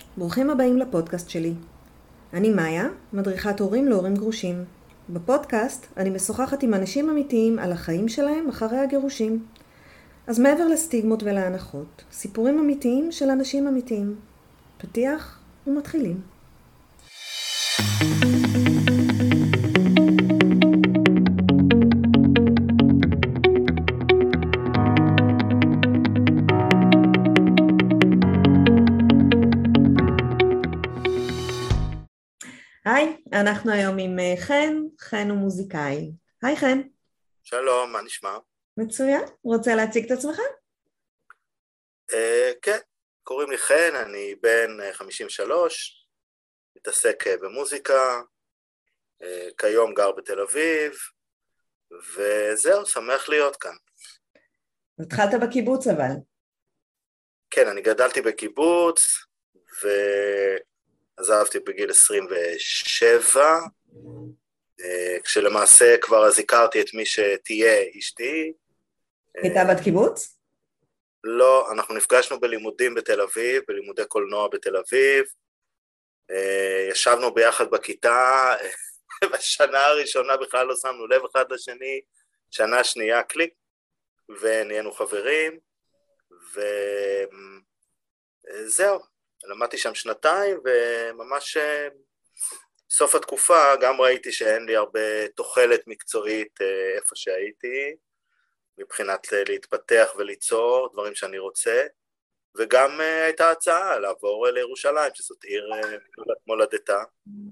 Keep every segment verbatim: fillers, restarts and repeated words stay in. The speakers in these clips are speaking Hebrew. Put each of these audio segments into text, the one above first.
ברוכים הבאים לפודקאסט שלי. אני מאיה, מדריכת הורים להורים גרושים. בפודקאסט אני משוחחת עם אנשים אמיתיים על החיים שלהם אחרי הגירושים. אז מעבר לסטיגמות ולהנחות, סיפורים אמיתיים של אנשים אמיתיים. פתיח ומתחילים. היי, אנחנו היום עם חן, חן הוא מוזיקאי. היי חן. שלום, מה נשמע? מצוין, רוצה להציג את עצמך? Uh, כן, קוראים לי חן, אני בן uh, חמישים ושלוש, מתעסק uh, במוזיקה, uh, כיום גר בתל אביב, וזהו, שמח להיות כאן. התחלת בקיבוץ אבל. כן, אני גדלתי בקיבוץ, ועזבתי בגיל עשרים ושבע, uh, כשלמעשה כבר אז הכרתי את מי שתהיה אשתי. הייתה בת קיבוץ? לא, אנחנו נפגשנו בלימודים בתל אביב, בלימודי קולנוע בתל אביב, ישבנו ביחד בכיתה, בשנה הראשונה בכלל לא שמנו לב אחד לשני, שנה שנייה קליק, ונהיינו חברים, וזהו, למדתי שם שנתיים, וממש סוף התקופה גם ראיתי שאין לי הרבה תוחלת מקצועית איפה שהייתי, מבחינת להתפתח וליצור דברים שאני רוצה, וגם uh, הייתה הצעה לעבור לירושלים, שזאת עיר uh, מולדתה,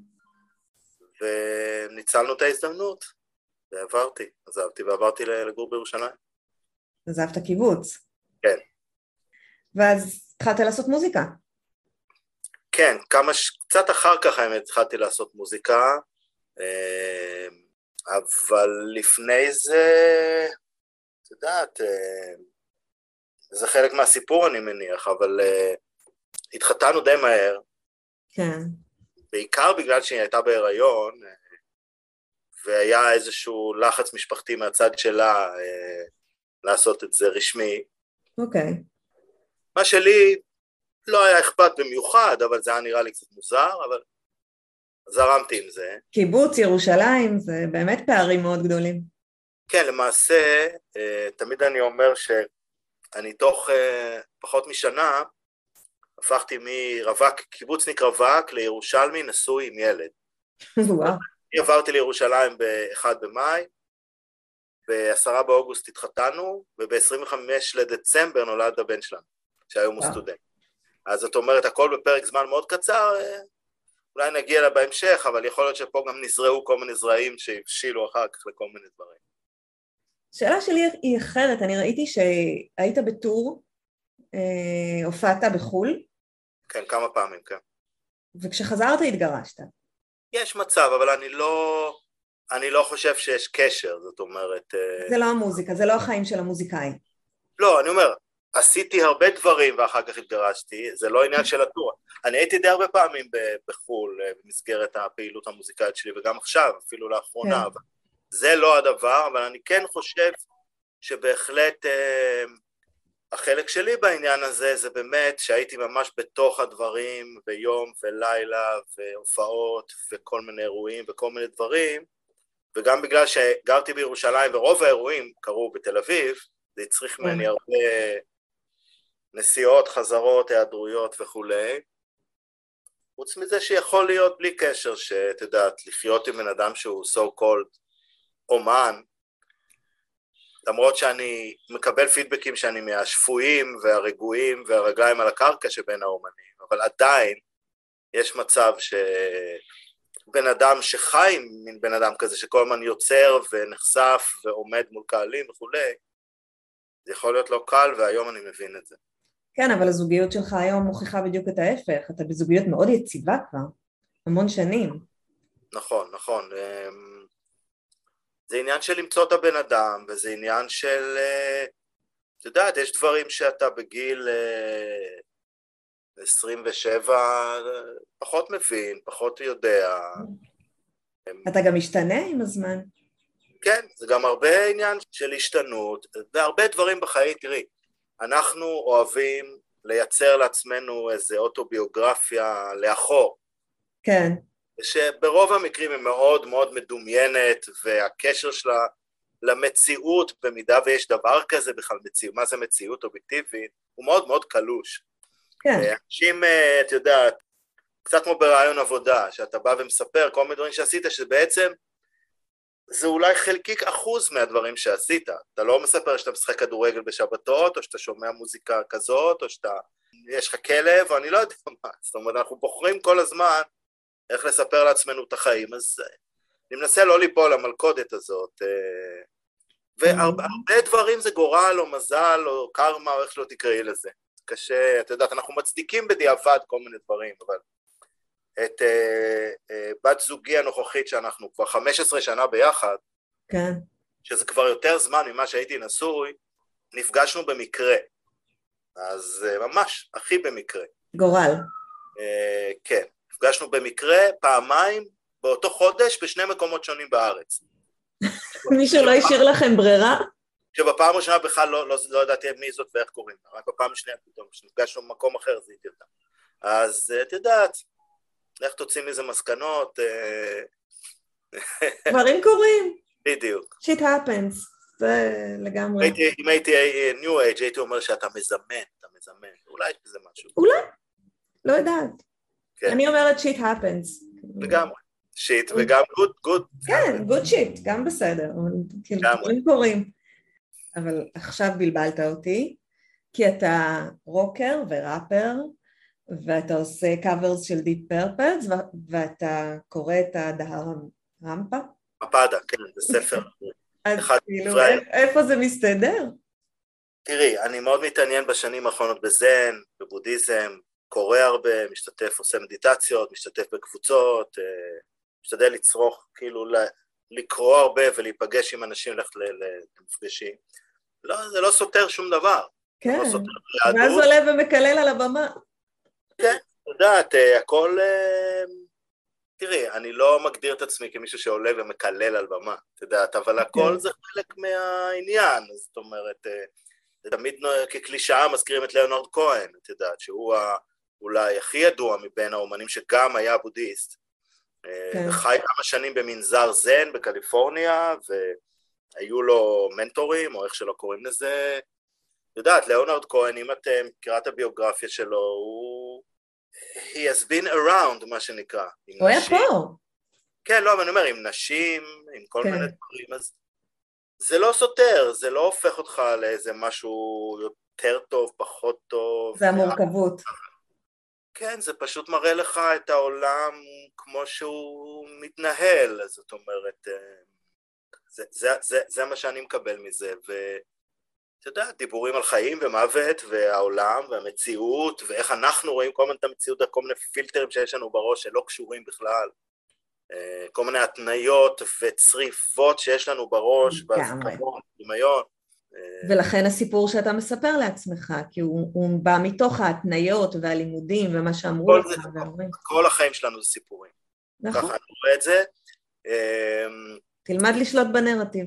וניצלנו את ההזדמנות, ועברתי, עזבתי ועברתי לגור בירושלים. עזבת קיבוץ. כן. ואז התחלת לעשות מוזיקה. כן, כמה, קצת אחר כך האמת התחלתי לעשות מוזיקה, אבל לפני זה, את יודעת, זה חלק מהסיפור אני מניח, אבל התחתנו די מהר. כן. בעיקר בגלל שהיא הייתה בהיריון, והיה איזשהו לחץ משפחתי מהצד שלה לעשות את זה רשמי. אוקיי. מה שלי לא היה אכפת במיוחד, אבל זה היה נראה לי קצת מוזר, אבל זרמתי עם זה. קיבוץ, ירושלים, זה באמת פערים מאוד גדולים. כן, למעשה, תמיד אני אומר שאני תוך פחות משנה, הפכתי מרווק, קיבוצניק רווק לירושלמי נשוי עם ילד. וואו. אני עברתי לירושלים ב-אחד במאי, ב-עשרה באוגוסט התחתנו, וב-עשרים וחמישה לדצמבר נולד הבן שלנו, שהיום הוא סטודנט. אז זאת אומרת, הכל בפרק זמן מאוד קצר, אולי נגיע לה בהמשך, אבל יכול להיות שפה גם נזרעו כל מיני זרעים שהבשילו אחר כך לכל מיני דברים. השאלה שלי היא אחרת, אני ראיתי שהיית בטור, אה, הופעת בחול. כן, כמה פעמים, כן. וכשחזרת התגרשת. יש מצב, אבל אני לא, אני לא חושב שיש קשר, זאת אומרת... זה לא המוזיקה, זה לא החיים של המוזיקאי. לא, אני אומר, עשיתי הרבה דברים ואחר כך התגרשתי, זה לא עניין של הטור. אני הייתי די הרבה פעמים בחול, במסגרת הפעילות המוזיקלית שלי, וגם עכשיו, אפילו לאחרונה, כן. אבל זה לא הדבר, אבל אני כן חושב שבהחלט... החלק שלי בעניין הזה זה באמת שהייתי ממש בתוך הדברים ביום ולילה והופעות וכל מיני אירועים וכל מיני דברים, וגם בגלל שגרתי בירושלים ורוב האירועים קרו בתל אביב, זה הצריך ממני הרבה נסיעות, חזרות, היעדרויות וכולי. חוץ מזה שיכול להיות בלי קשר שאת יודעת, לחיות עם בן אדם שהוא so called אומן, למרות שאני מקבל פידבקים שאני מהשפויים והרגועים והרגליים על הקרקע שבין האומנים, אבל עדיין יש מצב שבן אדם שחי מן בן אדם כזה, שכל הזמן יוצר ונחשף ועומד מול קהלים וכולי, זה יכול להיות לא קל, והיום אני מבין את זה. כן, אבל הזוגיות שלך היום מוכיחה בדיוק את ההפך, אתה בזוגיות מאוד יציבה כבר, המון שנים. נכון, נכון. זה עניין של למצוא את הבן אדם, וזה עניין של, את יודעת, יש דברים שאתה בגיל עשרים ושבע פחות מבין, פחות יודע. אתה גם משתנה עם הזמן. כן, זה גם הרבה עניין של השתנות, והרבה דברים בחיים, תראי, אנחנו אוהבים לייצר לעצמנו איזו אוטוביוגרפיה לאחור. כן. שברוב המקרים היא מאוד מאוד מדומיינת, והקשר שלה למציאות, במידה ויש דבר כזה בכלל מציאות, מה זה מציאות אובייקטיבית, הוא מאוד מאוד קלוש. כן. אנשים, את יודעת, קצת כמו ברעיון עבודה, שאתה בא ומספר כל מיני דברים שעשית, שבעצם זה אולי חלקיק אחוז מהדברים שעשית. אתה לא מספר שאתה משחק כדורגל בשבתות, או שאתה שומע מוזיקה כזאת, או שאתה, יש לך כלב, או אני לא יודע מה. זאת אומרת, אנחנו בוחרים כל הזמן איך לספר לעצמנו את החיים, אז אני מנסה לא ליפול למלכודת הזאת, והרבה דברים זה גורל, או מזל, או קרמה, או איך שלא תקראי לזה. קשה, אתה יודעת, אנחנו מצדיקים בדיעבד כל מיני דברים, אבל את uh, uh, בת זוגי הנוכחית שאנחנו כבר חמש עשרה שנה ביחד, כן. שזה כבר יותר זמן ממה שהייתי נשוי, נפגשנו במקרה, אז uh, ממש, הכי במקרה. גורל. Uh, כן, נפגשנו במקרה פעמיים באותו חודש בשני מקומות שונים בארץ. מישהו לא השאיר לכם ברירה? שבפעם הראשונה בכלל לא, לא, לא ידעתי מי זאת ואיך קוראים, רק בפעם השנייה פתאום, כשנפגשנו במקום אחר זיהיתי אותה. אז את יודעת, איך תוצאים מזה מסקנות? דברים קורים. בדיוק. Shit happens, זה לגמרי. אם הייתי ניו אייג' הייתי אומר שאתה מזמן, אתה מזמן, אולי יש בזה משהו. אולי, לא יודעת. אני אומרת shit happens. לגמרי, shit וגם good, good. כן, good shit, גם בסדר, דברים קורים. אבל עכשיו בלבלת אותי, כי אתה רוקר וראפר, ואתה עושה קאברס של דיפ פרפלס, ואתה קורא את הדהר רמפה? מפדה, כן, זה ספר. אז כאילו, איפה זה מסתדר? תראי, אני מאוד מתעניין בשנים האחרונות בזן, בבודהיזם, קורא הרבה, משתתף, עושה מדיטציות, משתתף בקבוצות, משתדל לצרוך, כאילו לקרוא הרבה ולהיפגש עם אנשים, ללכת למפגשים. לא, זה לא סותר שום דבר. כן, ואז עולה ומקלל על הבמה. כן, יודעת, הכל, תראי, אני לא מגדיר את עצמי כמישהו שעולה ומקלל על במה, יודעת, אבל הכל זה חלק מהעניין, זאת אומרת, תמיד כקלישאה מזכירים את ליאונרד כהן, את יודעת, שהוא אולי הכי ידוע מבין האומנים שגם היה בודהיסט, וחי כמה שנים במנזר זן בקליפורניה, והיו לו מנטורים, או איך שלא קוראים לזה, יודעת, ליאונרד כהן, אם אתם מכירה את הביוגרפיה שלו, הוא... he has been around, מה שנקרא. הוא היה פה. כן, לא, אבל אני אומר, עם נשים, עם כל מיני דברים, אז זה לא סותר, זה לא הופך אותך לאיזה משהו יותר טוב, פחות טוב. זה המורכבות. כן, זה פשוט מראה לך את העולם כמו שהוא מתנהל, זאת אומרת, זה, זה, זה, זה מה שאני מקבל מזה, ו... אתה יודע, דיבורים על חיים ומוות והעולם והמציאות ואיך אנחנו רואים כל מיני את המציאות, כל מיני פילטרים שיש לנו בראש שלא קשורים בכלל, כל מיני התניות וצריפות שיש לנו בראש, בהזכרון, דמיון. ולכן הסיפור שאתה מספר לעצמך, כי הוא, הוא בא מתוך ההתניות והלימודים ומה שאמרו לך. כל החיים שלנו זה סיפורים. נכון. ככה אני רואה את זה. תלמד לשלוט בנרטיב.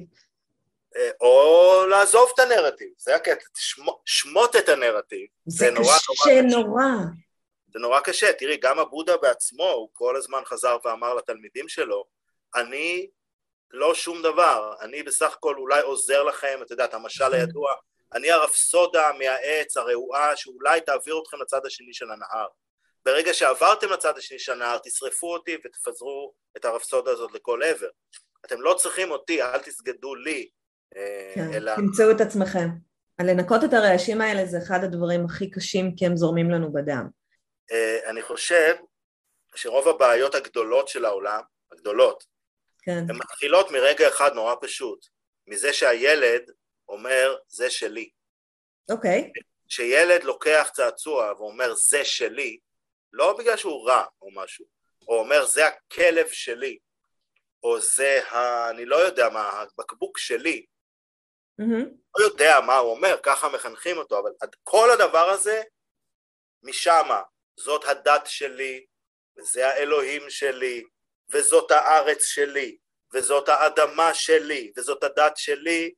או לעזוב את הנרטיב, זה הקטע, שמות את הנרטיב. זה קשה נורא. זה נורא קשה, תראי, גם הבודה בעצמו, הוא כל הזמן חזר ואמר לתלמידים שלו, אני לא שום דבר, אני בסך הכל אולי עוזר לכם, אתה יודעת, המשל הידוע, אני הרפסודה מהעץ, הרעועה, שאולי תעביר אתכם לצד השני של הנהר. ברגע שעברתם לצד השני של הנהר, תשרפו אותי ותפזרו את הרפסודה הזאת לכל עבר. אתם לא צריכים אותי, אל תסגדו לי, כן, אלא... תמצאו את עצמכם. לנקות את הרעשים האלה זה אחד הדברים הכי קשים, כי הם זורמים לנו בדם. אני חושב שרוב הבעיות הגדולות של העולם, הגדולות, כן. הן מתחילות מרגע אחד נורא פשוט, מזה שהילד אומר, זה שלי. אוקיי. שילד לוקח צעצוע ואומר, זה שלי, לא בגלל שהוא רע או משהו, או אומר, זה הכלב שלי, או זה, ה... אני לא יודע מה, הבקבוק שלי, mm-hmm. לא יודע מה הוא אומר, ככה מחנכים אותו, אבל כל הדבר הזה, משמה, זאת הדת שלי, וזה האלוהים שלי, וזאת הארץ שלי, וזאת האדמה שלי, וזאת הדת שלי,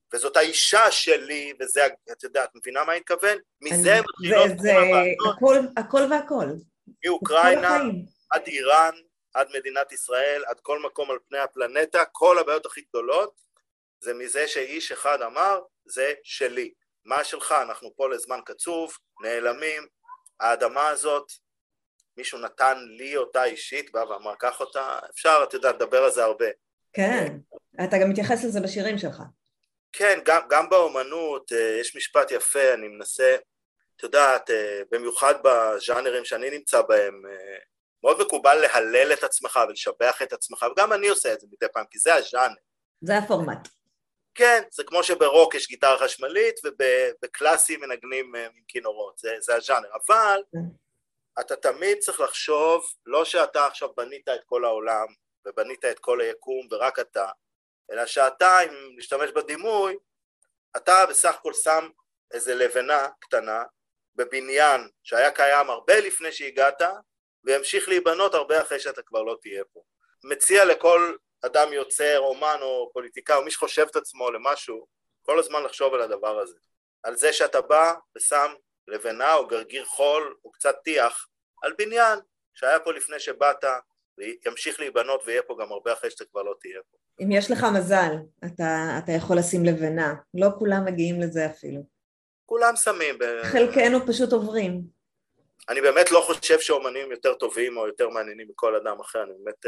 וזאת האישה שלי, וזה, את יודעת, מבינה מה אני מתכוון? מזה אני, מתחילות זה, כל זה הבעיות, הכל, הכל והכל. מאוקראינה כל החיים. עד איראן, עד מדינת ישראל, עד כל מקום על פני הפלנטה, כל הבעיות הכי גדולות, זה מזה שאיש אחד אמר, זה שלי. מה שלך? אנחנו פה לזמן קצוב, נעלמים, האדמה הזאת, מישהו נתן לי אותה אישית, בא ואמר, קח אותה, אפשר, אתה יודע, לדבר על זה הרבה. כן, אתה גם מתייחס לזה בשירים שלך. כן, גם, גם באומנות, יש משפט יפה, אני מנסה, את יודעת, במיוחד בז'אנרים שאני נמצא בהם, מאוד מקובל להלל את עצמך ולשבח את עצמך, וגם אני עושה את זה מדי פעם, כי זה הז'אנר. זה הפורמט. כן, זה כמו שברוק יש גיטרה חשמלית, ובקלאסי מנגנים עם כינורות, זה, זה הז'אנר, אבל אתה תמיד צריך לחשוב, לא שאתה עכשיו בנית את כל העולם, ובנית את כל היקום, ורק אתה, אלא שאתה, אם להשתמש בדימוי, אתה בסך הכל שם איזה לבנה קטנה, בבניין שהיה קיים הרבה לפני שהגעת, וימשיך להיבנות הרבה אחרי שאתה כבר לא תהיה פה. מציע לכל אדם יוצר, אומן או פוליטיקה, או מי שחושב את עצמו למשהו, כל הזמן לחשוב על הדבר הזה. על זה שאתה בא ושם לבנה או גרגיר חול או קצת טיח, על בניין שהיה פה לפני שבאת, וימשיך להיבנות ויהיה פה גם הרבה אחרי שאתה כבר לא תהיה פה. אם יש לך מזל, אתה, אתה יכול לשים לבנה. לא כולם מגיעים לזה אפילו. כולם שמים. ב... חלקנו פשוט עוברים. אני באמת לא חושב שאומנים יותר טובים או יותר מעניינים מכל אדם אחר. אני באמת,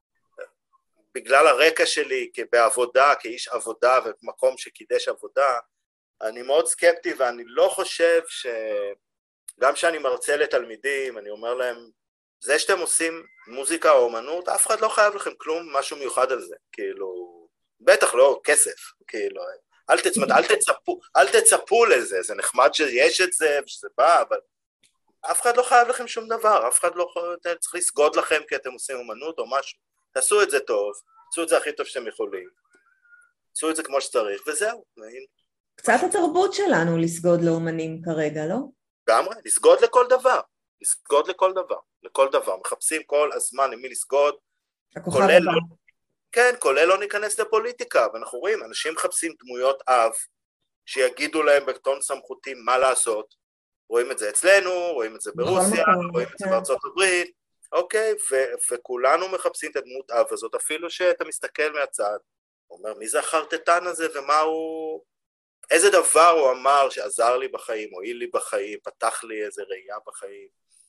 בגלל הרקע שלי בעבודה, כאיש עבודה ומקום שקידש עבודה, אני מאוד סקפטי ואני לא חושב ש... גם שאני מרצה לתלמידים, אני אומר להם, זה שאתם עושים מוזיקה או אומנות, אף אחד לא חייב לכם כלום, משהו מיוחד על זה, כאילו, בטח לא כסף, כאילו, אל תצפו, אל תצפו, אל תצפו לזה, זה נחמד שיש את זה ושזה בא, אבל אף אחד לא חייב לכם שום דבר, אף אחד לא צריך לסגוד לכם כי אתם עושים אומנות או משהו, תעשו את זה טוב, תעשו את זה הכי טוב שאתם יכולים, תעשו את זה כמו שצריך, וזהו. קצת התרבות שלנו לסגוד לאומנים כרגע, לא? גמרי, לסגוד לכל דבר. לסגוד לכל דבר, לכל דבר, מחפשים כל הזמן למי לסגוד, הכוכב הבא. לא, כן, כולל לא ניכנס לפוליטיקה, ואנחנו רואים, אנשים מחפשים דמויות אב, שיגידו להם בטון סמכותי מה לעשות, רואים את זה אצלנו, רואים את זה ברוסיה, רואים את זה בארצות הברית, אוקיי, ו- וכולנו מחפשים את הדמות אב הזאת, אפילו שאתה מסתכל מהצד, אומר, מי זה החרטטן הזה, ומה הוא... איזה דבר הוא אמר שעזר לי בחיים, הועיל לי בחיים, פתח לי איזה ראייה בחיים.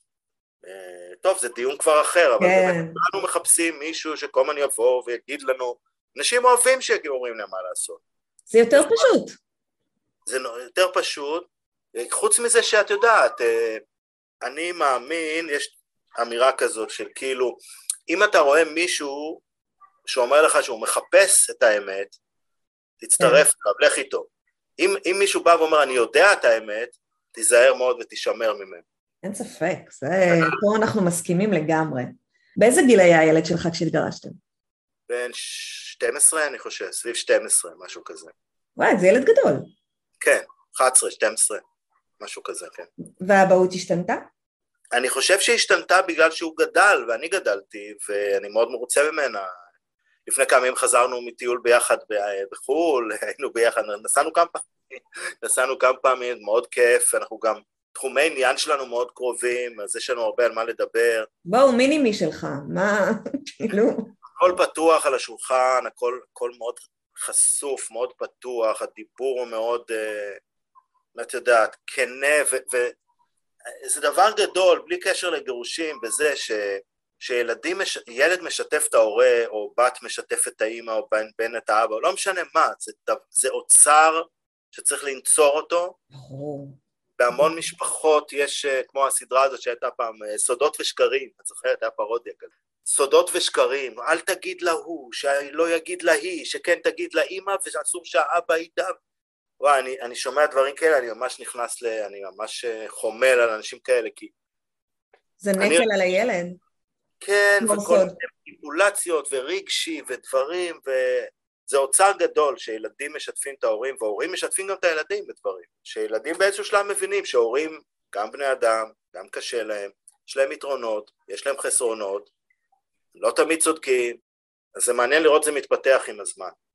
טוב, זה דיון כבר אחר, אבל באמת כולנו מחפשים מישהו שכל הזמן יבוא ויגיד לנו, אנשים אוהבים שאומרים להם מה לעשות. זה יותר פשוט. זה יותר פשוט, חוץ מזה שאת יודעת, אני מאמין, יש אמירה כזאת של כאילו, אם אתה רואה מישהו שאומר לך שהוא מחפש את האמת, תצטרף, לך איתו. אם, אם מישהו בא ואומר, אני יודע את האמת, תיזהר מאוד ותשמר ממנו. אין ספק, זה, פה אנחנו מסכימים לגמרי. באיזה גיל היה הילד שלך כשהתגרשתם? בין שתים עשרה, אני חושב, סביב שתים עשרה, משהו כזה. וואי, זה ילד גדול. כן, אחת עשרה, שתים עשרה, משהו כזה, כן. והאבהות השתנתה? אני חושב שהשתנתה בגלל שהוא גדל, ואני גדלתי, ואני מאוד מרוצה ממנה. לפני כמה ימים חזרנו מטיול ביחד בחול, היינו ביחד, נסענו כמה פעמים, נסענו כמה פעמים, מאוד כיף, אנחנו גם, תחומי עניין שלנו מאוד קרובים, אז יש לנו הרבה על מה לדבר. בואו, מינימי שלך, מה, כאילו? הכל פתוח על השולחן, הכל, הכל מאוד חשוף, מאוד פתוח, הדיבור הוא מאוד, uh, את יודעת, כנה, וזה דבר גדול, בלי קשר לגירושים, בזה ש... שילדים, ילד משתף את ההורה, או בת משתף את האמא, או בן, בן את האבא, לא משנה מה, זה, זה אוצר שצריך לנצור אותו. בהמון משפחות יש, כמו הסדרה הזאת שהייתה פעם, סודות ושקרים, את זוכרת, היה פרודיה כזה. סודות ושקרים, אל תגיד להוא, שלא יגיד להיא, שכן תגיד לאמא, ואסור שהאבא ידע. וואי, אני, אני שומע דברים כאלה, אני ממש נכנס ל... אני ממש חומל על אנשים כאלה, כי... זה נטל אני... על הילד. כן, וכל מניפולציות ורגשי ודברים, וזה אוצר גדול שילדים משתפים את ההורים, וההורים משתפים גם את הילדים בדברים, שילדים באיזשהו שלב מבינים שההורים, גם בני אדם, גם קשה להם, יש להם יתרונות, יש להם חסרונות, לא תמיד צודקים, אז זה מעניין לראות זה מתפתח עם הזמן.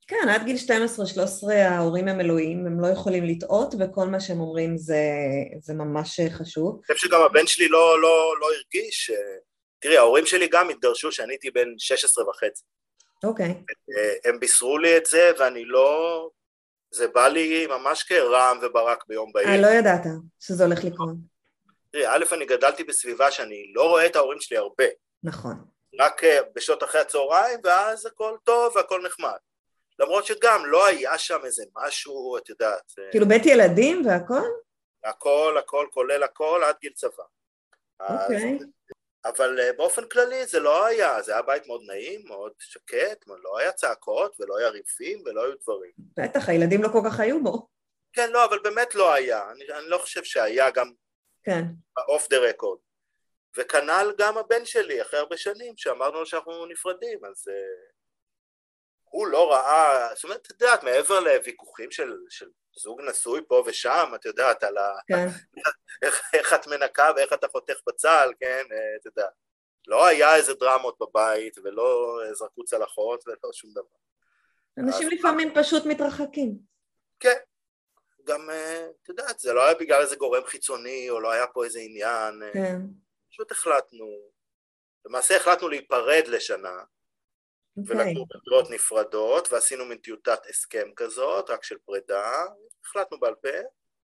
כן, עד גיל שתים עשרה שלוש עשרה ההורים הם אלוהים, הם לא יכולים לטעות, וכל מה שהם אומרים זה, זה ממש חשוב. אני חושב שגם הבן שלי לא, לא, לא הרגיש, תראי, ההורים שלי גם התגרשו שאני הייתי בן שש עשרה וחצי. אוקיי. הם בישרו לי את זה, ואני לא, זה בא לי ממש כרעם וברק ביום בהיר. אה, לא ידעת שזה הולך לקרות. תראי, א', אני גדלתי בסביבה שאני לא רואה את ההורים שלי הרבה. נכון. רק בשעות אחרי הצהריים, ואז הכל טוב והכל נחמד. למרות שגם לא היה שם איזה משהו, את יודעת. כאילו בית ילדים והכל? הכל, הכל, כולל הכל, עד גיל צבא. אוקיי. אז, אבל באופן כללי זה לא היה, זה היה בית מאוד נעים, מאוד שקט, לא היה צעקות ולא היה ריבים ולא היו דברים. בטח, הילדים לא כל כך היו בו. כן, לא, אבל באמת לא היה. אני, אני לא חושב שהיה גם כן. off the record. וכנ"ל גם הבן שלי, אחרי הרבה שנים, שאמרנו שאנחנו נפרדים, אז uh, הוא לא ראה, זאת אומרת, את יודעת, מעבר לוויכוחים של, של זוג נשוי פה ושם, את יודעת, על ה... כן. איך, איך את מנקה ואיך אתה חותך בצל, כן, את יודעת. לא היה איזה דרמות בבית, ולא זרקו צלחות, ולא שום דבר. אנשים אז... לפעמים פשוט מתרחקים. כן. גם, את יודעת, זה לא היה בגלל איזה גורם חיצוני, או לא היה פה איזה עניין. כן. פשוט החלטנו, למעשה החלטנו להיפרד לשנה, Okay. ולקנו בדירות נפרדות, ועשינו מין טיוטת הסכם כזאת, רק של פרידה, החלטנו בעל פה,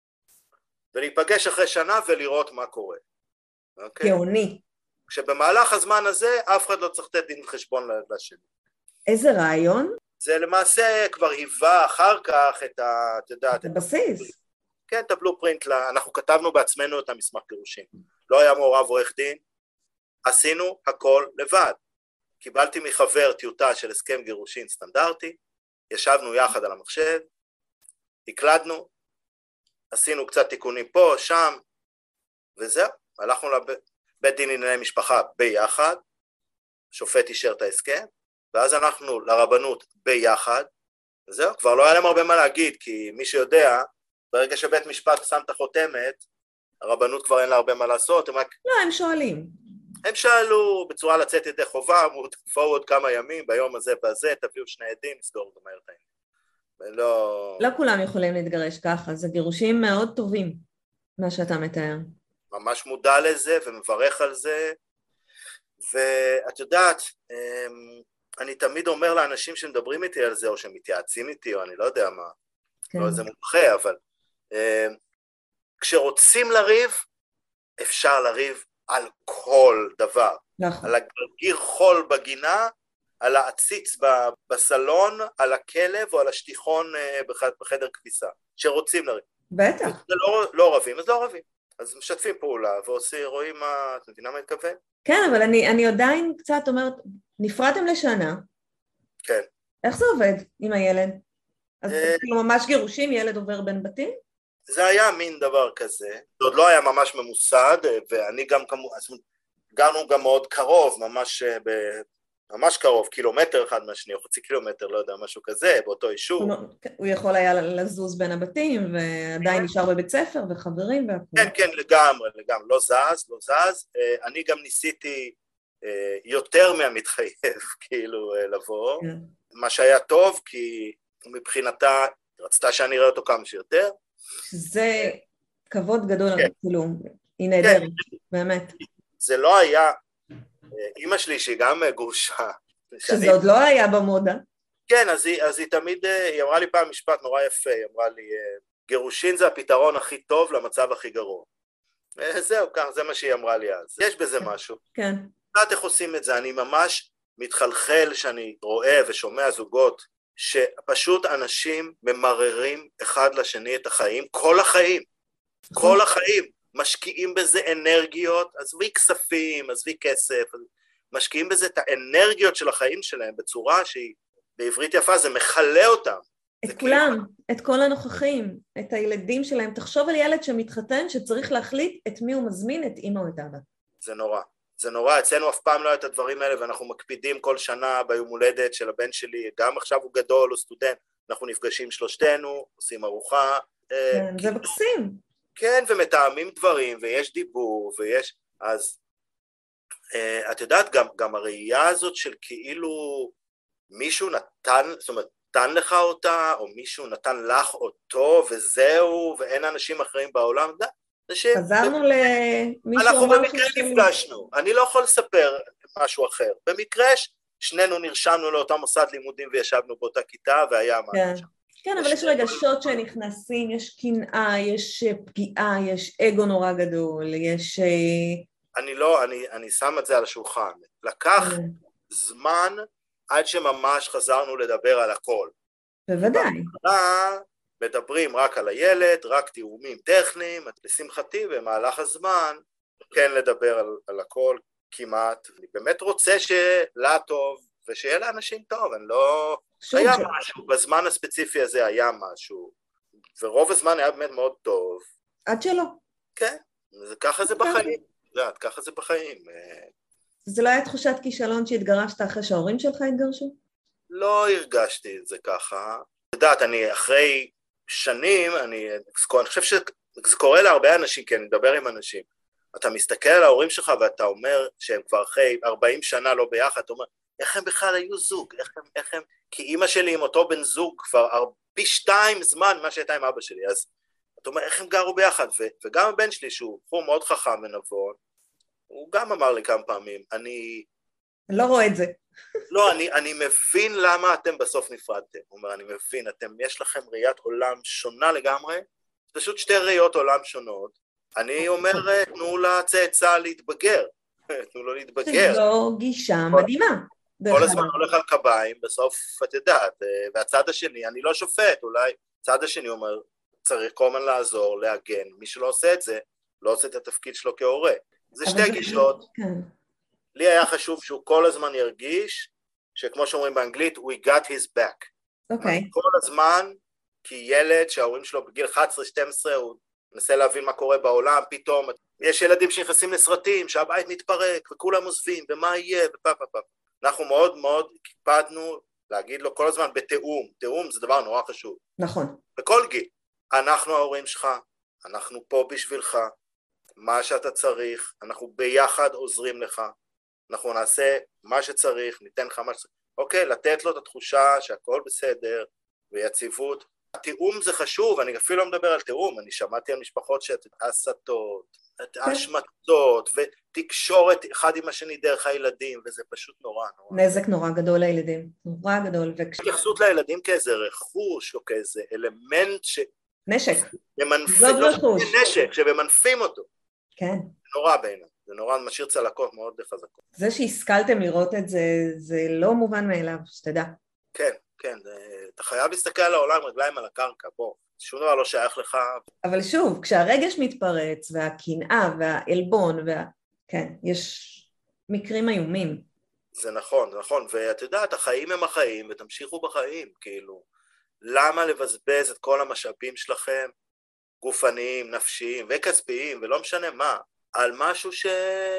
ולהיפגש אחרי שנה ולראות מה קורה. אוקיי? גאוני. כשבמהלך הזמן הזה, אף אחד לא צריך לתת דין חשבון לשני. איזה רעיון? זה למעשה כבר היווה אחר כך את ה... את יודעת... את הבסיס. כן, את הבלופרינט, אנחנו כתבנו בעצמנו את המסמך גירושים. לא היה מעורב עורך דין, עשינו הכל לבד. קיבלתי מחבר טיוטה של הסכם גירושין סטנדרטי, ישבנו יחד על המחשב, הקלדנו, עשינו קצת תיקונים פה, שם, וזהו, הלכנו לבית דין לענייני משפחה ביחד, שופט אישר את ההסכם, ואז אנחנו לרבנות ביחד, וזהו, כבר לא היה להם הרבה מה להגיד, כי מי שיודע, ברגע שבית משפט שם את החותמת, הרבנות כבר אין לה הרבה מה לעשות, הם רק... לא, הם שואלים. הם שאלו בצורה לצאת ידי חובה, אמרו, תקפו עוד כמה ימים, ביום הזה והזה, תביאו שני עדים, נסגור את המהר את העניין. ולא... לא כולם יכולים להתגרש ככה, זה גירושים מאוד טובים, מה שאתה מתאר. ממש מודע לזה ומברך על זה, ואת יודעת, אני תמיד אומר לאנשים שמדברים איתי על זה, או שמתייעצים איתי, או אני לא יודע מה, כן. לא איזה מומחה, אבל כשרוצים לריב, אפשר לריב על כל דבר. נכון. על הגרגיר חול בגינה, על העציץ בסלון, על הכלב או על השטיחון בחדר כביסה, שרוצים לריב. בטח. זה לא, לא רבים, אז לא רבים. אז משתפים פעולה ועושים, רואים מה, את מבינה מה מתכוון? כן, אבל אני, אני עדיין קצת אומרת, נפרדתם לשנה. כן. איך זה עובד עם הילד? אז כאילו ממש גירושים, ילד עובר בין בתים? זה היה מין דבר כזה, זה עוד לא היה ממש ממוסד, ואני גם כמו, גרנו גם מאוד קרוב, ממש, ב, ממש קרוב, קילומטר אחד מהשני, או חצי קילומטר, לא יודע, משהו כזה, באותו יישוב. הוא יכול היה לזוז בין הבתים, ועדיין נשאר בבית ספר, וחברים והכל. כן, כן, לגמרי, לגמרי, לא זז, לא זז. אני גם ניסיתי יותר מהמתחייב, כאילו, לבוא. מה שהיה טוב, כי מבחינתה, רצתה שאני אראה אותו כמה שיותר. שזה כבוד גדול, כאילו, היא נהדרת, באמת. זה לא היה, אמא שלי שהיא גם גרושה. שזה עוד לא היה במודה. כן, אז היא, אז היא תמיד, היא אמרה לי פעם משפט נורא יפה, היא אמרה לי, גירושין זה הפתרון הכי טוב למצב הכי גרוע. זהו, כך, זה מה שהיא אמרה לי אז. יש בזה משהו. כן. יודעת איך עושים את זה, אני ממש מתחלחל שאני רואה ושומע זוגות, שפשוט אנשים ממררים אחד לשני את החיים, כל החיים, כל החיים, משקיעים בזה אנרגיות, עזבי כספים, עזבי כסף, משקיעים בזה את האנרגיות של החיים שלהם בצורה שהיא, בעברית יפה, זה מחלה אותם. את כולם, את כל הנוכחים, את הילדים שלהם, תחשוב על ילד שמתחתן שצריך להחליט את מי הוא מזמין, את אמא או את אבא. זה נורא. זה נורא, אצלנו אף פעם לא היה את הדברים האלה, ואנחנו מקפידים כל שנה ביום הולדת של הבן שלי, גם עכשיו הוא גדול, הוא סטודנט, אנחנו נפגשים שלושתנו, עושים ארוחה. כן, זה מקסים. כן, ומתאמים דברים, ויש דיבור, ויש, אז את יודעת, גם, גם הראייה הזאת של כאילו מישהו נתן, זאת אומרת, נתן לך אותה, או מישהו נתן לך אותו, וזהו, ואין אנשים אחרים בעולם, דה, אנשים... חזרנו למישהו אנחנו אמר במקרה שהוא שלי. נפגשנו, אני לא יכול לספר משהו אחר. במקרה שנינו נרשמנו לאותו מוסד לימודים וישבנו באותה כיתה, והיה כן. משהו. כן, אבל יש רגשות שנכנסים, יש קנאה, יש פגיעה, יש אגו נורא גדול, יש... אני לא, אני, אני שם את זה על השולחן. לקח זמן עד שממש חזרנו לדבר על הכל. בוודאי. בהתחלה מדברים רק על הילד, רק תיאומים טכניים, לשמחתי במהלך הזמן כן לדבר על, על הכל כמעט. אני באמת רוצה שלה טוב ושיהיה לאנשים טוב, אני לא... היה זה... משהו, בזמן הספציפי הזה היה משהו, ורוב הזמן היה באמת מאוד טוב. עד שלא. כן, זה, ככה זה בחיים. יודעת, ככה זה בחיים. זה לא היה תחושת כישלון שהתגרשת אחרי שההורים שלך התגרשו? לא הרגשתי את זה ככה. יודעת, אני אחרי שנים, אני, אני חושב שזה קורה להרבה אנשים, כי אני מדבר עם אנשים. אתה מסתכל על ההורים שלך ואתה אומר שהם כבר אחרי ארבעים שנה לא ביחד, אתה אומר, איך הם בכלל היו זוג? איך הם, איך הם... כי אמא שלי עם אותו בן זוג כבר פי שתיים זמן מה שהייתה עם אבא שלי, אז אתה אומר, איך הם גרו ביחד? ו, וגם הבן שלי, שהוא בחור מאוד חכם ונבון, הוא גם אמר לי כמה פעמים, אני... לא רואה את זה. לא, אני, אני מבין למה אתם בסוף נפרדתם. הוא אומר, אני מבין, אתם, יש לכם ראיית עולם שונה לגמרי, פשוט שתי ראיות עולם שונות. אני אומר, תנו לצאצא להתבגר, תנו לו להתבגר. שזו גישה מדהימה. כל הזמן הולך על קביים, בסוף את יודעת, והצד השני, אני לא שופט, אולי הצד השני אומר, צריך כל הזמן לעזור, להגן, מי שלא עושה את זה, לא עושה את התפקיד שלו כהורה. זה שתי גישות. לי היה חשוב שהוא כל הזמן ירגיש, שכמו שאומרים באנגלית, we got his back. אוקיי. כל הזמן, כי ילד שההורים שלו בגיל אחת עשרה שתים עשרה, הוא מנסה להבין מה קורה בעולם, פתאום יש ילדים שנכנסים לסרטים, שהבית מתפרק, וכולם עוזבים, ומה יהיה, ופפה פפה. אנחנו מאוד מאוד הקפדנו להגיד לו כל הזמן בתיאום, תיאום זה דבר נורא חשוב. נכון. בכל גיל, אנחנו ההורים שלך, אנחנו פה בשבילך, מה שאתה צריך, אנחנו ביחד עוזרים לך, אנחנו נעשה מה שצריך, ניתן לך מה שצריך, אוקיי, לתת לו את התחושה שהכל בסדר, ויציבות. התיאום זה חשוב, אני אפילו לא מדבר על תיאום, אני שמעתי על משפחות שאת הסתות, את השמטות, ותקשורת אחד עם השני דרך הילדים, וזה פשוט נורא נורא. נזק נורא גדול לילדים, נורא גדול. התייחסות לילדים כאיזה רכוש, או כאיזה אלמנט ש... נשק. זאת רכוש. נשק, שממנפים אותו. כן. זה נורא בעיניי, זה נורא משאיר צלקות מאוד חזקות. זה שהשכלתם לראות את זה, זה לא מובן מאליו, שתדע. כן, כן, אתה חייב להסתכל על העולם, רגליים על הקרקע, בוא, שום דבר לא שייך לך. אבל שוב, כשהרגש מתפרץ, והקנאה, והעלבון, וה... כן, יש מקרים איומים. זה נכון, זה נכון, ואת יודעת, החיים הם החיים, ותמשיכו בחיים, כאילו, למה לבזבז את כל המשאבים שלכם, גופניים, נפשיים וכספיים, ולא משנה מה, על משהו ש...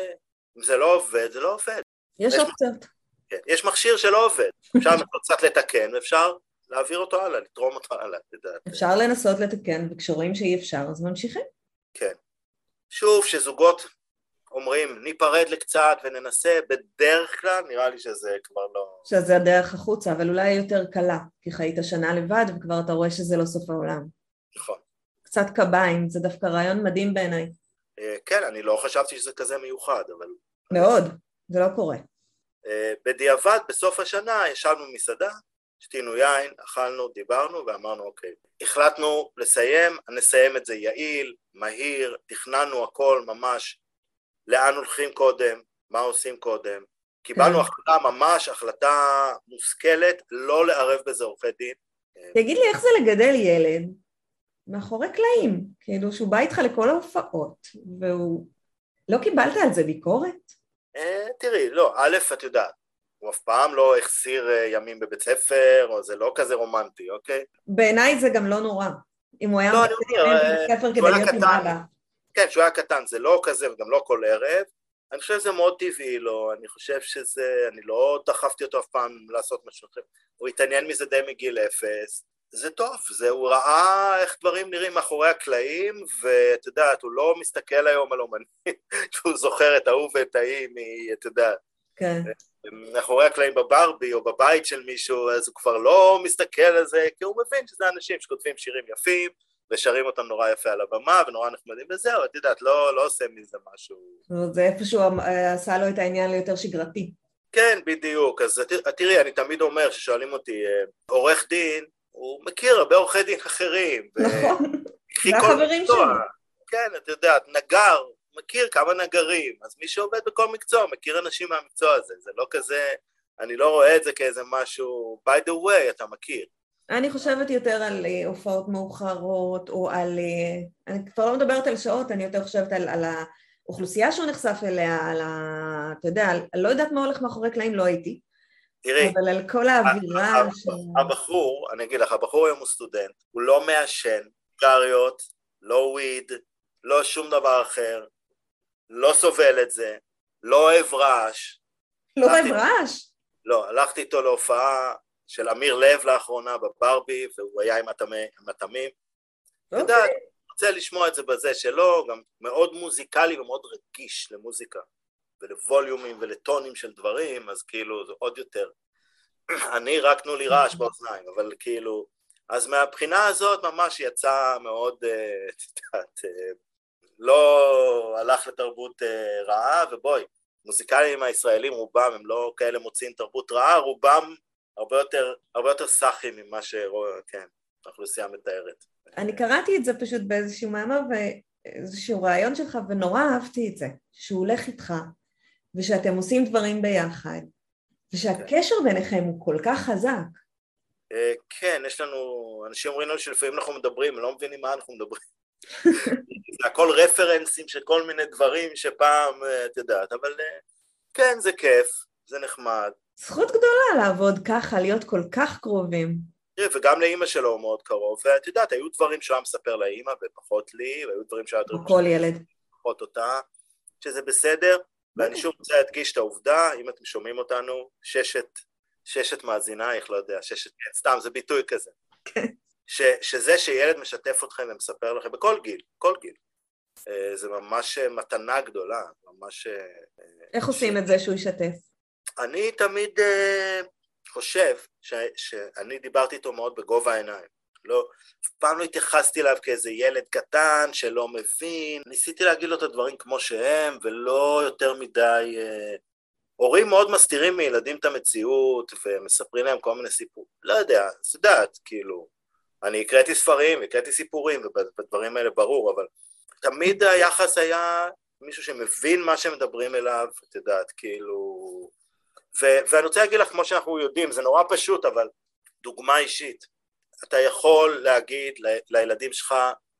אם זה לא עובד, זה לא עובד. יש אופציות. כן, יש מכשיר שלא עובד, אפשר קצת לתקן, ואפשר להעביר אותו הלאה, לתרום אותו הלאה, תדעת. אפשר לנסות לתקן, וכשרואים שאי אפשר, אז ממשיכים. כן. שוב, שזוגות אומרים, ניפרד לקצת וננסה, בדרך כלל נראה לי שזה כבר לא... שזה הדרך החוצה, אבל אולי יותר קלה, כי חיית שנה לבד, וכבר אתה רואה שזה לא סוף העולם. נכון. קצת קביים, זה דווקא רעיון מדהים בעיניי. כן, אני לא חשבתי שזה כזה מיוחד, אבל... מאוד, זה לא קורה. בדיעבד, בסוף השנה, ישבנו במסעדה, שתינו יין, אכלנו, דיברנו ואמרנו, אוקיי, החלטנו לסיים, נסיים את זה יעיל, מהיר, תכננו הכל ממש, לאן הולכים קודם, מה עושים קודם, קיבלנו החלטה ממש, החלטה מושכלת, לא לערב בזה עורכי דין. תגיד לי, איך זה לגדל ילד מאחורי קלעים, כאילו שהוא בא איתך לכל ההופעות, והוא... לא קיבלת על זה ביקורת? תראי, לא, א', את יודעת, הוא אף פעם לא החסיר ימים בבית ספר, או זה לא כזה רומנטי, אוקיי? בעיניי זה גם לא נורא, אם הוא היה בבית ספר כדי להיות עם אבא. כן, שהוא היה קטן, זה לא כזה, וגם לא כל ערב, אני חושב שזה מאוד טבעי לו, אני חושב שזה, אני לא דחפתי אותו אף פעם לעשות משהו אחר, הוא התעניין מזה די מגיל אפס, זה טוב, זה, הוא ראה איך דברים נראים מאחורי הקלעים, ואת יודעת, הוא לא מסתכל היום על אומנים, שהוא זוכר את ההוא ואת ההיא, את יודעת. כן. מאחורי הקלעים בברבי או בבית של מישהו, אז הוא כבר לא מסתכל על זה, כי הוא מבין שזה אנשים שכותבים שירים יפים, ושרים אותם נורא יפה על הבמה, ונורא נחמדים, וזהו, את יודעת, לא, לא עושה מזה משהו. זה איפשהו עשה לו את העניין ליותר שגרתי. כן, בדיוק. אז תראי, אני תמיד אומר ששואלים אותי, עורך דין, הוא מכיר הרבה עורכי דין אחרים. נכון, זה החברים שלו. כן, את יודעת, נגר, מכיר כמה נגרים, אז מי שעובד בכל מקצוע, מכיר אנשים מהמקצוע הזה, זה לא כזה, אני לא רואה את זה כאיזה משהו, by the way, אתה מכיר. אני חושבת יותר על הופעות מאוחרות, או על, אני כבר לא מדברת על שעות, אני יותר חושבת על, על האוכלוסייה שהוא נחשף אליה, על ה... אתה יודע, אני לא יודעת מה הולך מאחורי קלעים, לא הייתי. תראי, אבל על כל האווירה ש... הבחור, אני אגיד לך, הבחור היום הוא סטודנט, הוא לא מעשן, סיגריות, לא וויד, לא שום דבר אחר, לא סובל את זה, לא אוהב רעש. לא אוהב רעש? לא, הלכתי איתו להופעה של אמיר לב לאחרונה בברבי, והוא היה עם התמים. אתה יודע, אני רוצה לשמוע את זה בזה שלו, גם מאוד מוזיקלי ומאוד רגיש למוזיקה, ולווליומים ולטונים של דברים, אז כאילו זה עוד יותר. אני רק תנו לי רעש באוזניים, אבל כאילו, אז מהבחינה הזאת ממש יצא מאוד, את יודעת, לא הלך לתרבות רעה, ובואי, מוזיקאים הישראלים רובם הם לא כאלה מוצאים תרבות רעה, רובם הרבה יותר, הרבה יותר סחים ממה שכן, האוכלוסייה מתארת. אני קראתי את זה פשוט באיזשהו מאמר ואיזשהו רעיון שלך, ונורא אהבתי את זה, שהוא הולך איתך, ושאתם עושים דברים ביחד, ושהקשר ביניכם הוא כל כך חזק. כן, יש לנו, אנשים אומרים לנו שלפעמים אנחנו מדברים, לא מבינים מה אנחנו מדברים. זה הכל רפרנסים של כל מיני דברים שפעם, את יודעת, אבל כן, זה כיף, זה נחמד. זכות גדולה לעבוד ככה, להיות כל כך קרובים. וגם לאמא שלו הוא מאוד קרוב, ואת יודעת, היו דברים שהוא היה מספר לאמא ופחות לי, והיו דברים שהיה דברים כל ילד. פחות אותה, שזה בסדר, ואני שוב רוצה להדגיש את העובדה, אם אתם שומעים אותנו, ששת, ששת מאזינייך, לא יודע, ששת, סתם, זה ביטוי כזה. כן. ש, שזה שילד משתף אתכם ומספר לכם, בכל גיל, כל גיל. זה ממש מתנה גדולה, ממש... איך עושים את זה שהוא ישתף? אני תמיד חושב ש, שאני דיברתי איתו מאוד בגובה העיניים. לא, פעם לא התייחסתי אליו כאיזה ילד קטן שלא מבין, ניסיתי להגיד לו את הדברים כמו שהם, ולא יותר מדי... הורים מאוד מסתירים מילדים את המציאות, ומספרים להם כל מיני סיפור. לא יודע, זה יודעת, כאילו... אני הקראתי ספרים, הקראתי סיפורים, ובדברים האלה ברור, אבל תמיד היחס היה מישהו שמבין מה שמדברים אליו, את יודעת, כאילו... ו- ואני רוצה להגיד לך, כמו שאנחנו יודעים, זה נורא פשוט, אבל דוגמה אישית. אתה יכול להגיד ל- לילדים שלך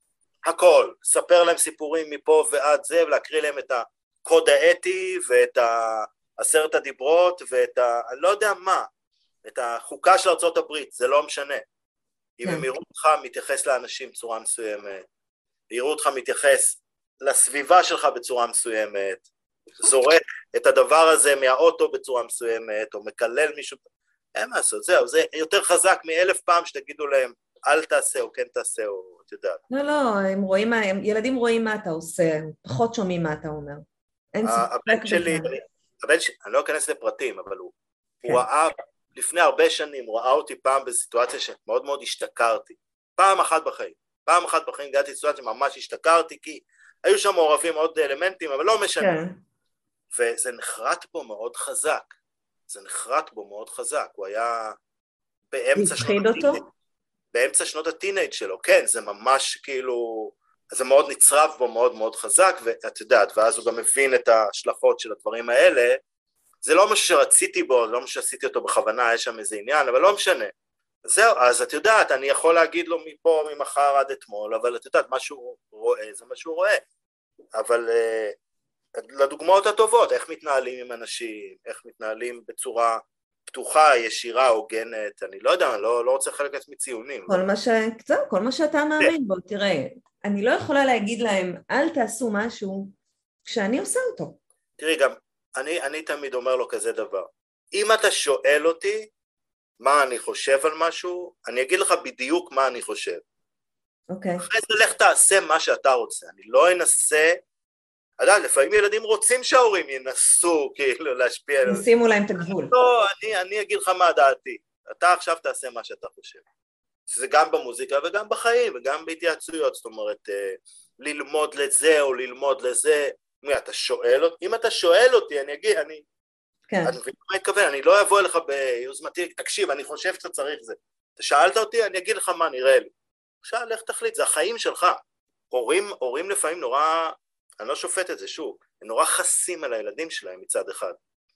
הכל, ספר להם סיפורים מפה ועד זה, ולהקריא להם את הקוד האתי, ואת עשרת הדיברות, ואת ה... אני לא יודע מה, את החוקה של ארצות הברית, זה לא משנה. אם הם יראו אותך מתייחס לאנשים בצורה מסוימת, יראו אותך מתייחס לסביבה שלך בצורה מסוימת, זורק את הדבר הזה מהאוטו בצורה מסוימת, או מקלל מישהו, אין מה לעשות, זהו, זה יותר חזק מאלף פעם שתגידו להם, אל תעשה או כן תעשה, או את יודעת. לא, לא, הם רואים, הם, ילדים רואים מה אתה עושה, פחות שומעים מה אתה אומר. אין הבן שלי, הבן שלי, אני לא אכנס לפרטים, אבל הוא, הוא ראה, לפני הרבה שנים, הוא ראה אותי פעם בסיטואציה שמאוד מאוד השתכרתי. פעם אחת בחיים. פעם אחת בחיים הגעתי לסיטואציה שממש השתכרתי, כי היו שם מעורבים עוד אלמנטים, אבל לא משנה. כן. וזה נחרט בו מאוד חזק. זה נחרט בו מאוד חזק. הוא היה באמצע שנות הטינאייג'. באמצע שנות הטינאייג' שלו. כן, זה ממש כאילו... זה מאוד נצרב בו מאוד מאוד חזק, ואת יודעת, ואז הוא גם מבין את ההשלכות של הדברים האלה, זה לא משהו שרציתי בו, זה לא משהו שעשיתי אותו בכוונה, יש שם איזה עניין, אבל לא משנה. זהו, אז את יודעת, אני יכול להגיד לו מפה, ממחר עד אתמול, אבל את יודעת, מה שהוא רואה, זה מה שהוא רואה. אבל uh, לדוגמאות הטובות, איך מתנהלים עם אנשים, איך מתנהלים בצורה פתוחה, ישירה, הוגנת, אני לא יודע, אני לא, לא רוצה חלק עצמי ציונים. כל מה ש... קצת, כל מה שאתה מאמין בו, תראה, אני לא יכולה להגיד להם, אל תעשו משהו כשאני עושה אותו. תראי, גם אני, אני תמיד אומר לו כזה דבר, אם אתה שואל אותי מה אני חושב על משהו, אני אגיד לך בדיוק מה אני חושב. אוקיי. אחרי זה לך תעשה מה שאתה רוצה, אני לא אנסה, עדיין, לפעמים ילדים רוצים שההורים ינסו כאילו להשפיע. ישימו להם את הגבול. לא, אני, אני אגיד לך מה דעתי. אתה עכשיו תעשה מה שאתה חושב. שזה גם במוזיקה וגם בחיים וגם בהתייעצויות, זאת אומרת, ללמוד לזה או ללמוד לזה. אתה שואל אותי, אם אתה שואל אותי, אני אגיד, אני... כן. אני מבין מה התכוון, אני לא אבוא אליך ביוזמתי, תקשיב, אני חושב שאתה צריך זה. אתה שאלת אותי, אני אגיד לך מה נראה לי. עכשיו, לך תחליט, זה החיים שלך. הורים, הורים לפעמים נורא, אני לא שופט את זה שוב, הם נורא חסים על הילדים שלהם מצד אחד.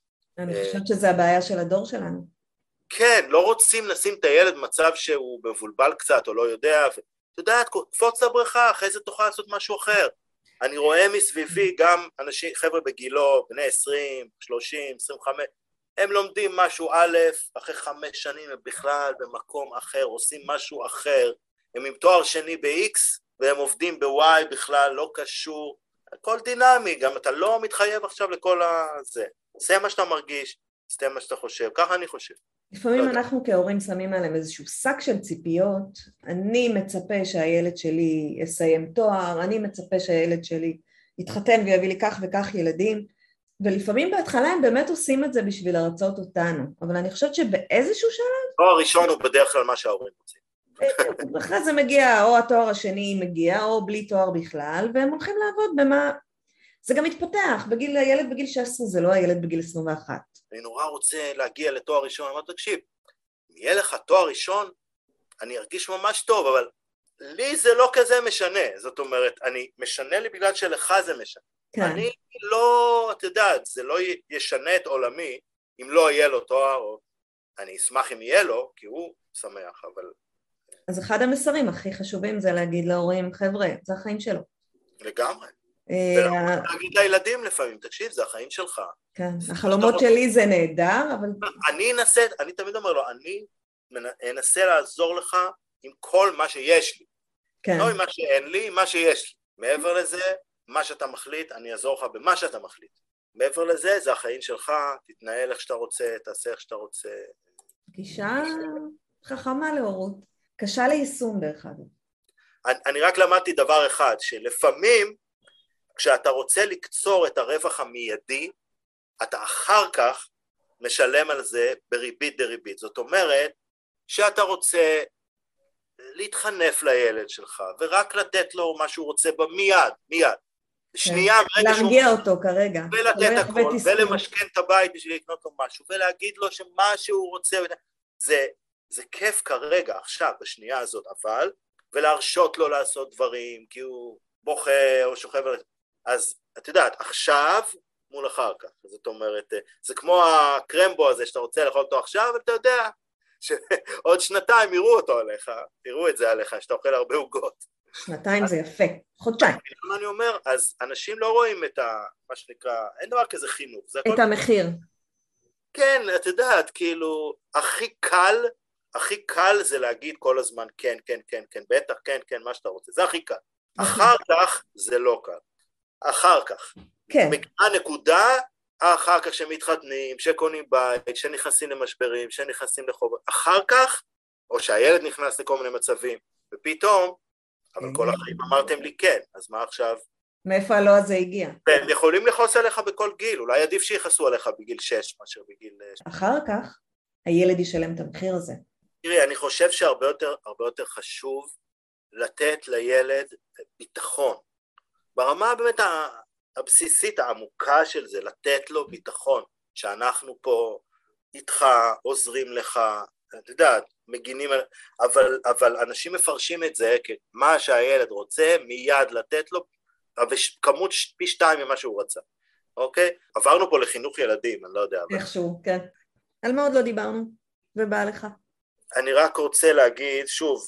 אני חושבת שזה הבעיה של הדור שלנו. כן, לא רוצים לשים את הילד במצב שהוא מבולבל קצת או לא יודע, ואתה יודעת, קפוץ לבריכה, אחרי זה תוכל לעשות משהו אחר. אני רואה מסביבי גם אנשים, חבר'ה בגילו, בני עשרים, שלושים, עשרים וחמש, הם לומדים משהו א', אחרי חמש שנים הם בכלל במקום אחר, עושים משהו אחר, הם עם תואר שני ב-X, והם עובדים ב-Y בכלל, לא קשור, הכל דינמי, גם אתה לא מתחייב עכשיו לכל הזה, זה מה שאתה מרגיש, זה מה שאתה חושב, ככה אני חושב. לפעמים אנחנו כהורים שמים עליהם איזשהו שק של ציפיות, אני מצפה שהילד שלי יסיים תואר, אני מצפה שהילד שלי יתחתן ויביא לי כך וכך ילדים, ולפעמים בהתחלה הם באמת עושים את זה בשביל לרצות אותנו, אבל אני חושבת שבאיזשהו שלב... תואר ראשון הוא בדרך כלל מה שההורים רוצים. אחרי זה מגיע, או התואר השני מגיע, או בלי תואר בכלל, והם הולכים לעבוד במה... זה גם מתפתח, בגיל, הילד בגיל שש עשרה זה לא הילד בגיל עשרים ואחת. אני נורא רוצה להגיע לתואר ראשון, אמרת, תקשיב, אם יהיה לך תואר ראשון, אני ארגיש ממש טוב, אבל לי זה לא כזה משנה, זאת אומרת, אני משנה לי בגלל שלך זה משנה. כן. אני לא, אתה יודעת, זה לא ישנה את עולמי, אם לא יהיה לו תואר, או אני אשמח אם יהיה לו, כי הוא שמח, אבל... אז אחד המסרים הכי חשובים זה להגיד להורים, חבר'ה, זה החיים שלו. לגמרי. ולהגיד לילדים לפעמים, תקשיב, זה החיים שלך. כן, החלומות שלי זה נהדר, אבל... אני אנסה, אני תמיד אומר לו, אני אנסה לעזור לך עם כל מה שיש לי. כן. לא עם מה שאין לי, עם מה שיש לי. מעבר לזה, מה שאתה מחליט, אני אעזור לך במה שאתה מחליט. מעבר לזה, זה החיים שלך, תתנהל איך שאתה רוצה, תעשה איך שאתה רוצה. גישה חכמה להורות, קשה ליישום דרך אגב. אני, אני רק למדתי דבר אחד, שלפעמים, כשאתה רוצה לקצור את הרווח המיידי, אתה אחר כך משלם על זה בריבית דריבית. זאת אומרת, שאתה רוצה להתחנף לילד שלך, ורק לתת לו מה שהוא רוצה מיד, מיד. שנייה, להרגיע אותו כרגע. ולתת הכל, ולמשכן את הבית בשביל לקנות לו משהו, ולהגיד לו שמה שהוא רוצה, זה, זה כיף כרגע, עכשיו, בשנייה הזאת, אבל, ולהרשות לו לעשות דברים, כי הוא בוכה או שוכב, אז את יודעת, עכשיו מול אחר כך, זאת אומרת, זה כמו הקרמבו הזה שאתה רוצה לאכול אותו עכשיו, אבל אתה יודע, שעוד שנתיים יראו אותו עליך, יראו את זה עליך, שאתה אוכל הרבה עוגות. שנתיים זה יפה, חודשיים. מה אני אומר, אז אנשים לא רואים את ה, מה שנקרא, אין דבר כזה חינוך. את המחיר. כן, את יודעת, כאילו, הכי קל, הכי קל זה להגיד כל הזמן, כן, כן, כן, כן, בטח, כן, כן, מה שאתה רוצה, זה הכי קל. אחר כך זה לא קל. אחר כך. כן. מגיעה נקודה, אחר כך שמתחתנים, שקונים בית, שנכנסים למשברים, שנכנסים לחובות, אחר כך, או שהילד נכנס לכל מיני מצבים, ופתאום, אבל כל החיים אמרתם לי כן, אז מה עכשיו? מאיפה הלא הזה הגיע? הם יכולים לחוס עליך בכל גיל, אולי עדיף שיחסו עליך בגיל שש, מאשר בגיל... אחר כך, הילד ישלם את המחיר הזה. תראי, אני חושב שהרבה יותר, הרבה יותר חשוב לתת לילד ביטחון. ברמה באמת הבסיסית, העמוקה של זה, לתת לו ביטחון, שאנחנו פה איתך, עוזרים לך, את יודעת, מגינים, אבל, אבל אנשים מפרשים את זה כמה שהילד רוצה, מיד לתת לו, וכמות פי שתיים ממה שהוא רצה, אוקיי? עברנו פה לחינוך ילדים, אני לא יודע. איכשהו, כן. על מה עוד לא דיברנו, ובא לך. אני רק רוצה להגיד, שוב,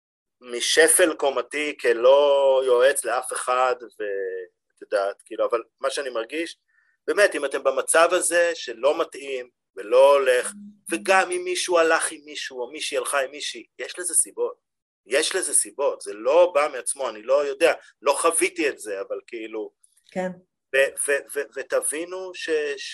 משפל קומתי כלא יועץ לאף אחד, ואת יודעת, כאילו, אבל מה שאני מרגיש, באמת, אם אתם במצב הזה שלא מתאים, ולא הולך, וגם אם מישהו הלך עם מישהו, או מישהי הלכה עם מישהי, יש לזה סיבות, יש לזה סיבות, זה לא בא מעצמו, אני לא יודע, לא חוויתי את זה, אבל כאילו, כן. ותבינו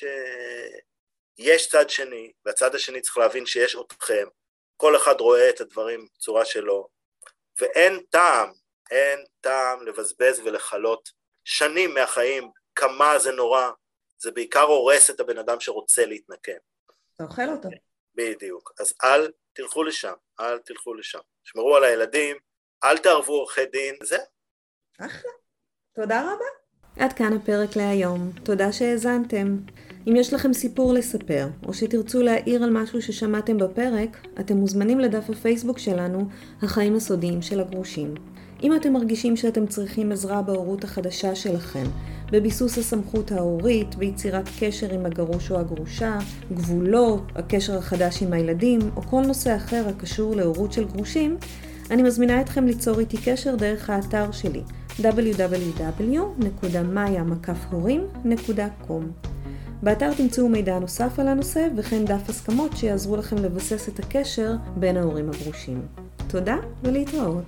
שיש צד שני, והצד השני צריך להבין שיש אתכם, כל אחד רואה את הדברים בצורה שלו, ואין טעם, אין טעם לבזבז ולחלות שנים מהחיים כמה זה נורא, זה בעיקר הורס את הבן אדם שרוצה להתנקם. אתה אוכל אותו. בדיוק. אז אל תלכו לשם, אל תלכו לשם. שמרו על הילדים, אל תערבו עורכי דין, זה. אחלה. תודה רבה. עד כאן הפרק להיום. תודה שהאזנתם. אם יש לכם סיפור לספר, או שתרצו להעיר על משהו ששמעתם בפרק, אתם מוזמנים לדף הפייסבוק שלנו, החיים הסודיים של הגרושים. אם אתם מרגישים שאתם צריכים עזרה בהורות החדשה שלכם, בביסוס הסמכות ההורית, ביצירת קשר עם הגרוש או הגרושה, גבולות, הקשר החדש עם הילדים, או כל נושא אחר הקשור להורות של גרושים, אני מזמינה אתכם ליצור איתי קשר דרך האתר שלי, דאבליו דאבליו דאבליו נקודה מאיה מקף הורים נקודה קום. באתר תמצאו מידע נוסף על הנושא וכן דף הסכמות שיעזרו לכם לבסס את הקשר בין ההורים הגרושים. תודה ולהתראות.